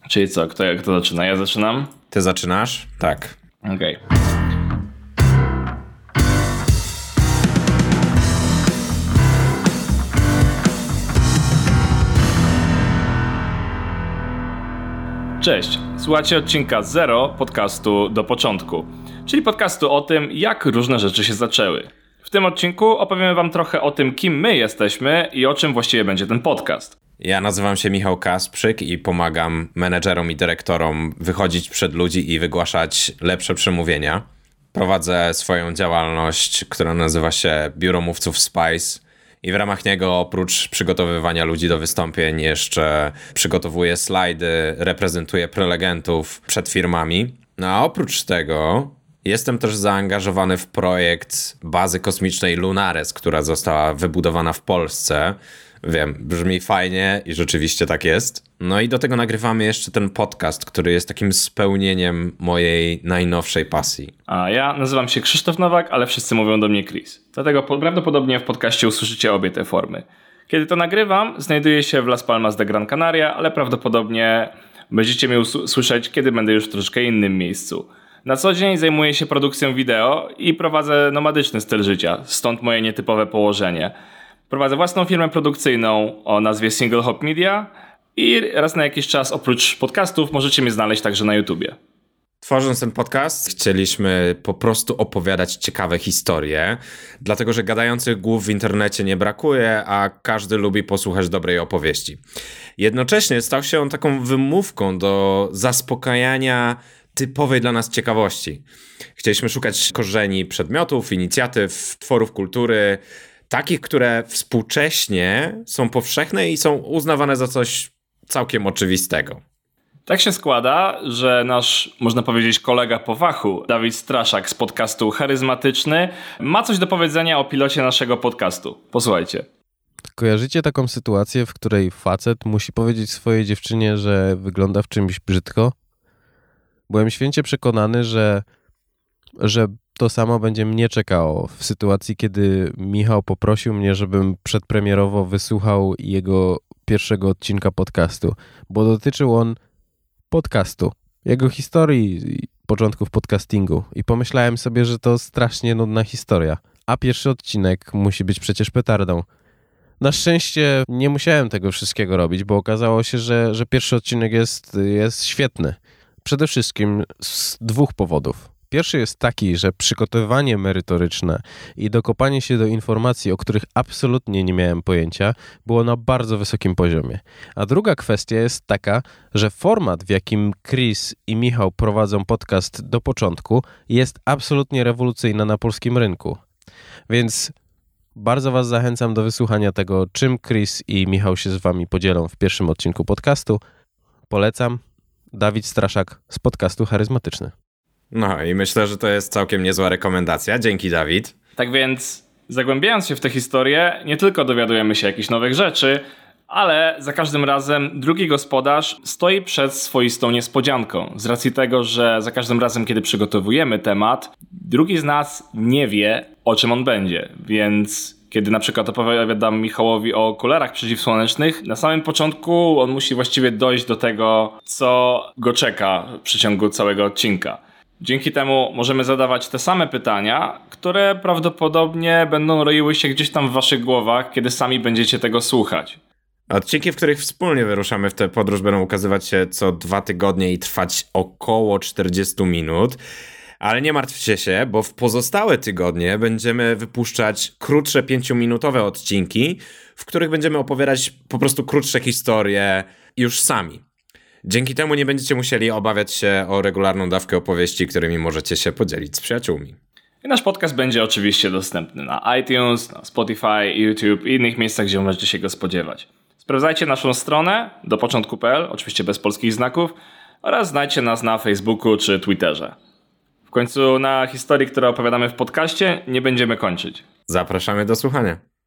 Czyli co, kto zaczyna? Ja zaczynam? Ty zaczynasz? Tak. Okej. Cześć, słuchacie odcinka 0 podcastu Do Początku, czyli podcastu o tym, jak różne rzeczy się zaczęły. W tym odcinku opowiemy wam trochę o tym, kim my jesteśmy i o czym właściwie będzie ten podcast. Ja nazywam się Michał Kasprzyk i pomagam menedżerom i dyrektorom wychodzić przed ludzi i wygłaszać lepsze przemówienia. Prowadzę swoją działalność, która nazywa się Biuro Mówców Spice i w ramach niego oprócz przygotowywania ludzi do wystąpień jeszcze przygotowuję slajdy, reprezentuję prelegentów przed firmami. No a oprócz tego jestem też zaangażowany w projekt bazy kosmicznej Lunares, która została wybudowana w Polsce. Wiem, brzmi fajnie i rzeczywiście tak jest. No i do tego nagrywamy jeszcze ten podcast, który jest takim spełnieniem mojej najnowszej pasji. A ja nazywam się Krzysztof Nowak, ale wszyscy mówią do mnie Chris. Dlatego prawdopodobnie w podcaście usłyszycie obie te formy. Kiedy to nagrywam, znajduję się w Las Palmas de Gran Canaria, ale prawdopodobnie będziecie mnie słyszeć, kiedy będę już w troszkę innym miejscu. Na co dzień zajmuję się produkcją wideo i prowadzę nomadyczny styl życia, stąd moje nietypowe położenie. Prowadzę własną firmę produkcyjną o nazwie Single Hop Media i raz na jakiś czas oprócz podcastów możecie mnie znaleźć także na YouTubie. Tworząc ten podcast chcieliśmy po prostu opowiadać ciekawe historie, dlatego że gadających głów w internecie nie brakuje, a każdy lubi posłuchać dobrej opowieści. Jednocześnie stał się on taką wymówką do zaspokajania typowej dla nas ciekawości. Chcieliśmy szukać korzeni przedmiotów, inicjatyw, tworów kultury, takich, które współcześnie są powszechne i są uznawane za coś całkiem oczywistego. Tak się składa, że nasz, można powiedzieć, kolega po fachu, Dawid Straszak z podcastu Charyzmatyczny, ma coś do powiedzenia o pilocie naszego podcastu. Posłuchajcie. Kojarzycie taką sytuację, w której facet musi powiedzieć swojej dziewczynie, że wygląda w czymś brzydko? Byłem święcie przekonany, że to samo będzie mnie czekało w sytuacji, kiedy Michał poprosił mnie, żebym przedpremierowo wysłuchał jego pierwszego odcinka podcastu, bo dotyczył on podcastu, jego historii, początków podcastingu i pomyślałem sobie, że to strasznie nudna historia, a pierwszy odcinek musi być przecież petardą. Na szczęście nie musiałem tego wszystkiego robić, bo okazało się, że pierwszy odcinek jest świetny. Przede wszystkim z dwóch powodów. Pierwszy jest taki, że przygotowywanie merytoryczne i dokopanie się do informacji, o których absolutnie nie miałem pojęcia, było na bardzo wysokim poziomie. A druga kwestia jest taka, że format, w jakim Chris i Michał prowadzą podcast Do Początku, jest absolutnie rewolucyjny na polskim rynku. Więc bardzo was zachęcam do wysłuchania tego, czym Chris i Michał się z wami podzielą w pierwszym odcinku podcastu. Polecam. Dawid Straszak z podcastu Charyzmatyczny. No i myślę, że to jest całkiem niezła rekomendacja. Dzięki, Dawid. Tak więc, zagłębiając się w tę historię, nie tylko dowiadujemy się jakichś nowych rzeczy, ale za każdym razem drugi gospodarz stoi przed swoistą niespodzianką. Z racji tego, że za każdym razem, kiedy przygotowujemy temat, drugi z nas nie wie, o czym on będzie. Więc kiedy na przykład opowiadam Michałowi o okularach przeciwsłonecznych, na samym początku on musi właściwie dojść do tego, co go czeka w przeciągu całego odcinka. Dzięki temu możemy zadawać te same pytania, które prawdopodobnie będą roiły się gdzieś tam w waszych głowach, kiedy sami będziecie tego słuchać. Odcinki, w których wspólnie wyruszamy w tę podróż, będą ukazywać się co 2 tygodnie i trwać około 40 minut. Ale nie martwcie się, bo w pozostałe tygodnie będziemy wypuszczać krótsze 5-minutowe odcinki, w których będziemy opowiadać po prostu krótsze historie już sami. Dzięki temu nie będziecie musieli obawiać się o regularną dawkę opowieści, którymi możecie się podzielić z przyjaciółmi. I nasz podcast będzie oczywiście dostępny na iTunes, na Spotify, YouTube i innych miejscach, gdzie możecie się go spodziewać. Sprawdzajcie naszą stronę dopoczątku.pl, oczywiście bez polskich znaków, oraz znajdźcie nas na Facebooku czy Twitterze. W końcu na historii, które opowiadamy w podcaście, nie będziemy kończyć. Zapraszamy do słuchania.